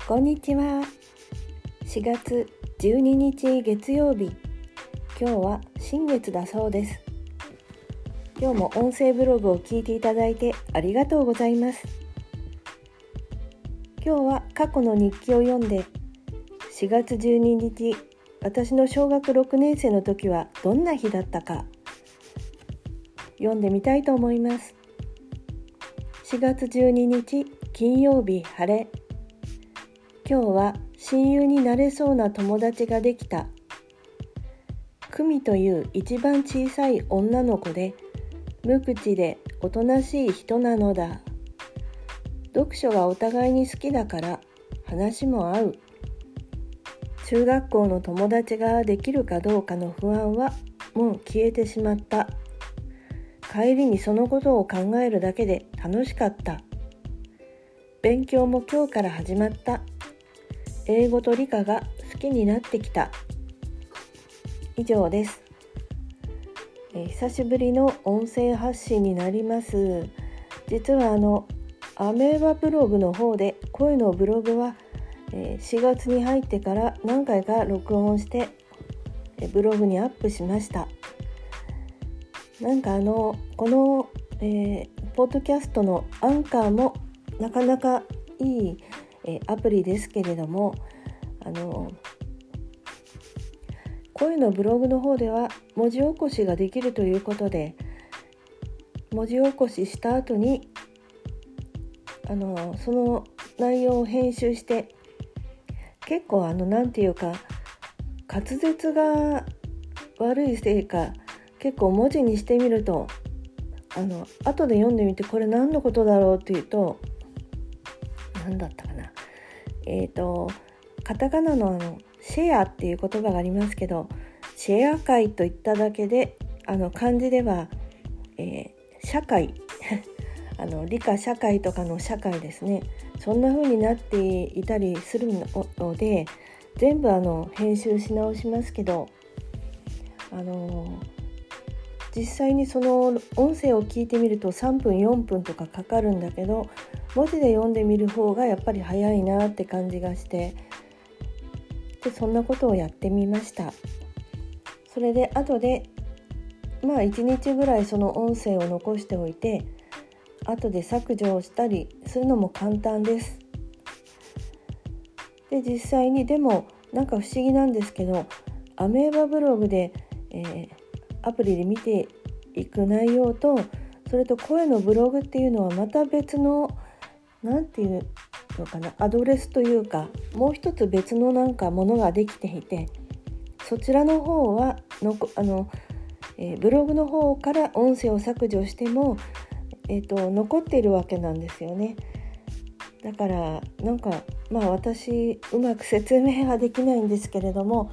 こんにちは。4月12日月曜日。今日は新月だそうです。今日も音声ブログを聞いていただいてありがとうございます。今日は過去の日記を読んで、4月12日、私の小学6年生の時はどんな日だったか読んでみたいと思います。4月12日金曜日、晴れ。今日は親友になれそうな友達ができた。久美という一番小さい女の子で、無口でおとなしい人なのだ。読書がお互いに好きだから話も合う。中学校の友達ができるかどうかの不安はもう消えてしまった。帰りにそのことを考えるだけで楽しかった。勉強も今日から始まった。英語と理科が好きになってきた。以上です。久しぶりの音声発信になります。実はアメーバブログの方で声のブログは4月に入ってから何回か録音してブログにアップしました。なんかこの、ポッドキャストのアンカーもなかなかいいアプリですけれども、声のブログの方では文字起こしができるということで、文字起こしした後にその内容を編集して、結構なんていうか滑舌が悪いせいか、結構文字にしてみると後で読んでみてこれ何のことだろうっていうと、何だったかな、カタカナのシェアっていう言葉がありますけど、シェア会といっただけで漢字では、社会理科社会とかの社会ですね、そんな風になっていたりするので、全部編集し直しますけど、実際にその音声を聞いてみると3分4分とかかかるんだけど、文字で読んでみる方がやっぱり早いなって感じがして、でそんなことをやってみました。それで後で1日ぐらいその音声を残しておいて、後で削除をしたりするのも簡単です。で実際にでもなんか不思議なんですけど、アメーバブログで、アプリで見ていく内容と、それと声のブログっていうのはまた別のなんていうのかな、アドレスというか、もう一つ別のなんかものができていて、そちらの方はブログの方から音声を削除しても、残っているわけなんですよね。だからなんか私うまく説明はできないんですけれども、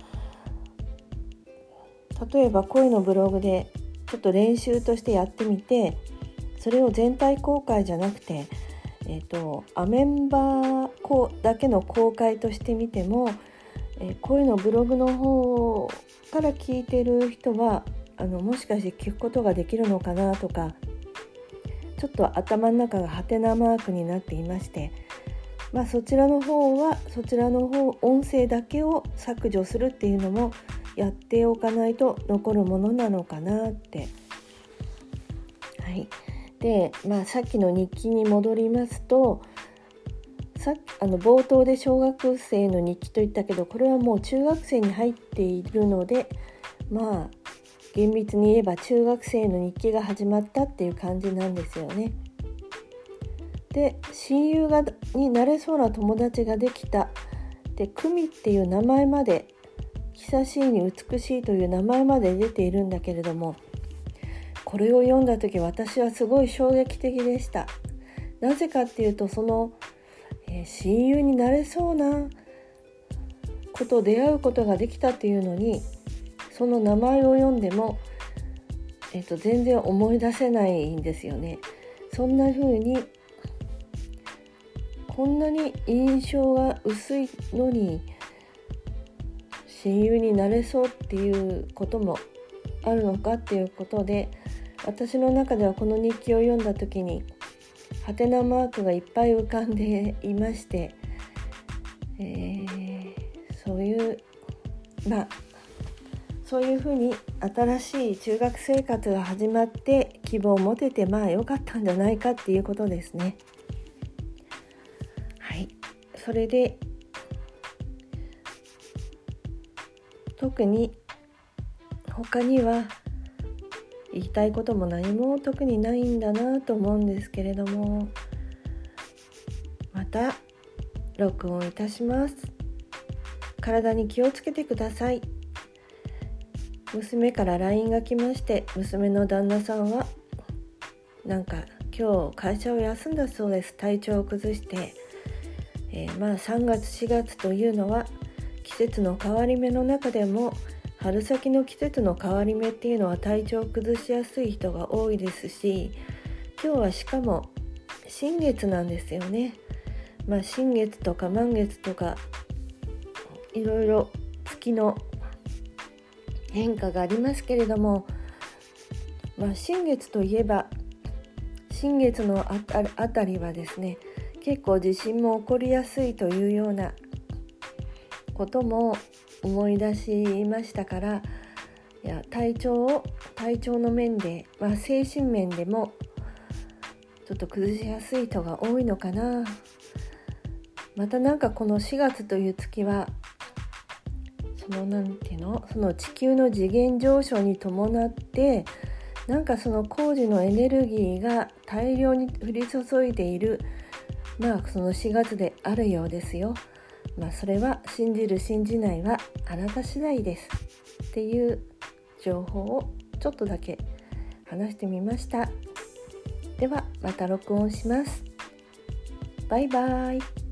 例えば声のブログでちょっと練習としてやってみて、それを全体公開じゃなくてアメンバーだけの公開としてみても、声のブログの方から聞いてる人はもしかして聞くことができるのかなとか、ちょっと頭の中がハテナマークになっていまして、そちらの方はそちらの方音声だけを削除するっていうのもやっておかないと残るものなのかなって。はい。で、さっきの日記に戻りますと、冒頭で小学生の日記と言ったけど、これはもう中学生に入っているので、厳密に言えば中学生の日記が始まったっていう感じなんですよね。で、親友になれそうな友達ができた。で、久美っていう名前まで、久しいに美しいという名前まで出ているんだけれども、これを読んだ時私はすごい衝撃的でした。なぜかっていうと、その、親友になれそうなこと出会うことができたっていうのに、その名前を読んでも、全然思い出せないんですよね。そんな風にこんなに印象が薄いのに親友になれそうっていうこともあるのかっていうことで、私の中ではこの日記を読んだ時にハテナマークがいっぱい浮かんでいまして、 そういうそういうふうに新しい中学生活が始まって希望を持てて良かったんじゃないかっていうことですね。はい、それで特に他には言いたいことも何も特にないんだなと思うんですけれども、また録音いたします。体に気をつけてください。娘から LINE が来まして、娘の旦那さんは今日会社を休んだそうです。体調を崩して、3月4月というのは季節の変わり目の中でも春先の季節の変わり目っていうのは体調を崩しやすい人が多いですし、今日はしかも新月なんですよね。新月とか満月とかいろいろ月の変化がありますけれども、新月といえば新月のあたりはですね、結構地震も起こりやすいというようなことも思い出しましたから、体調の面で、精神面でもちょっと崩しやすい人が多いのかな。またこの4月という月はその地球の次元上昇に伴ってその工事のエネルギーが大量に降り注いでいるその4月であるようですよ。それは信じる信じないはあなた次第ですっていう情報をちょっとだけ話してみました。ではまた録音します。バイバイ。